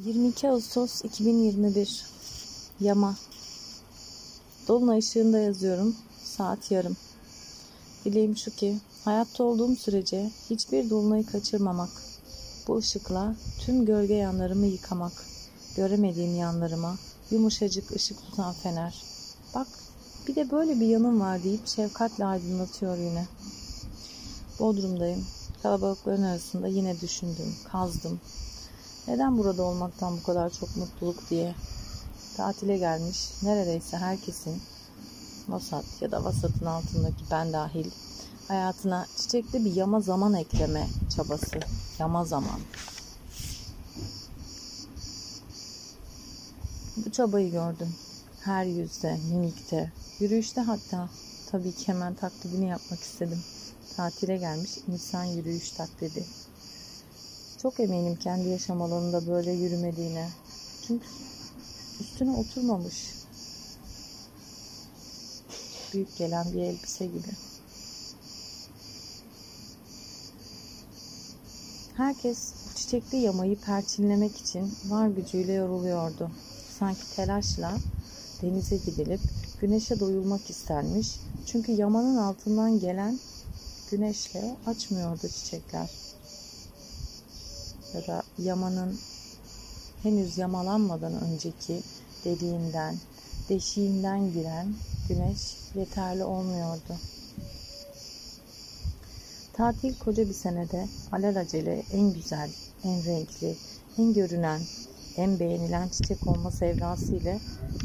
22 Ağustos 2021 Yama. Dolunay ışığında yazıyorum. Saat yarım. Dileğim şu ki hayatta olduğum sürece hiçbir dolunayı kaçırmamak. Bu ışıkla tüm gölge yanlarımı yıkamak. Göremediğim yanlarıma yumuşacık ışık tutan fener. Bak, bir de böyle bir yanım var deyip şefkatle aydınlatıyor yine. Bodrum'dayım. Kalabalıkların arasında yine düşündüm, kazdım. Neden burada olmaktan bu kadar çok mutluluk diye. Tatile gelmiş neredeyse herkesin, vasat ya da vasatın altındaki ben dahil, hayatına çiçekli bir yama zaman ekleme çabası. Yama zaman. Bu çabayı gördüm. Her yüzde, mimikte, yürüyüşte hatta. Tabii ki hemen taklidini yapmak istedim. Tatile gelmiş insan yürüyüş taklidi. Çok eminim kendi yaşam alanında böyle yürümediğine. Çünkü üstüne oturmamış. Büyük gelen bir elbise gibi. Herkes çiçekli yamayı perçinlemek için var gücüyle yoruluyordu. Sanki telaşla denize gidilip güneşe doyulmak istenmiş. Çünkü yamanın altından gelen güneşle açmıyordu çiçekler. Ya da yamanın henüz yamalanmadan önceki deşiğinden giren güneş yeterli olmuyordu. Tatil koca bir senede alelacele en güzel, en renkli, en görünen, en beğenilen çiçek olma sevdası ile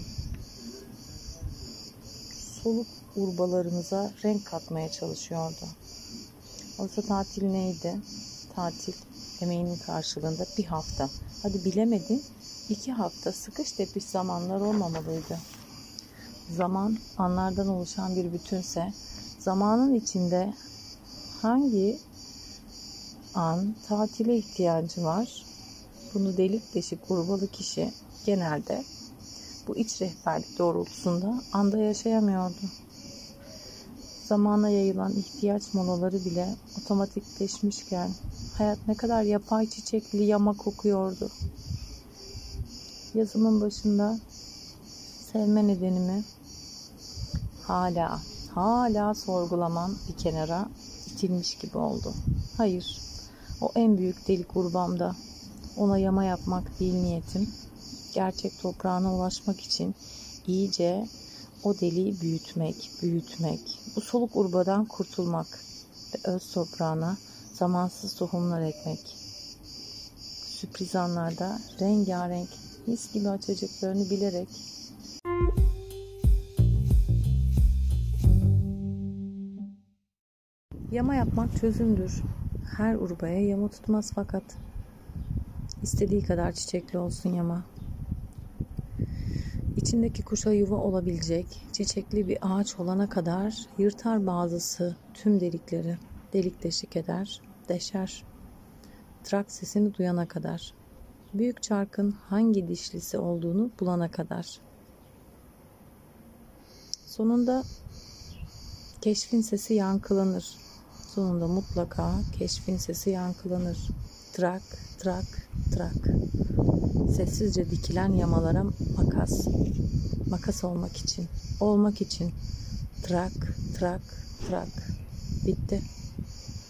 soluk urbalarımıza renk katmaya çalışıyordu. Oysa tatil neydi? Tatil emeğinin karşılığında bir hafta, hadi bilemedin 2 hafta sıkış tepiş zamanlar olmamalıydı. Zaman anlardan oluşan bir bütünse, zamanın içinde hangi an tatile ihtiyacı var? Bunu delik deşik urbalı kişi genelde bu iç rehberlik doğrultusunda anda yaşayamıyordu. Zamana yayılan ihtiyaç molaları bile otomatikleşmişken hayat ne kadar yapay çiçekli yama kokuyordu. Yazımın başında sevme nedenimi hala sorgulamam bir kenara itilmiş gibi oldu. Hayır, o en büyük delik urbamda. Ona yama yapmak değil niyetim. Gerçek toprağına ulaşmak için iyice o deliği büyütmek, bu soluk urbadan kurtulmak ve öz toprağına zamansız tohumlar ekmek. Sürpriz anlarda rengarenk, mis gibi açacaklarını bilerek yama yapmak çözümdür. Her urbaya yama tutmaz fakat. İstediği kadar çiçekli olsun yama. İçindeki kuşa yuva olabilecek çiçekli bir ağaç olana kadar yırtar bazısı tüm delikleri. Delik deşik eder, deşer. Trak sesini duyana kadar. Büyük çarkın hangi dişlisi olduğunu bulana kadar. Sonunda keşfin sesi yankılanır. Sonunda mutlaka keşfin sesi yankılanır. Trak, trak, trak. Sessizce dikilen yamalara makas. Makas olmak için. Trak, trak, trak. Bitti.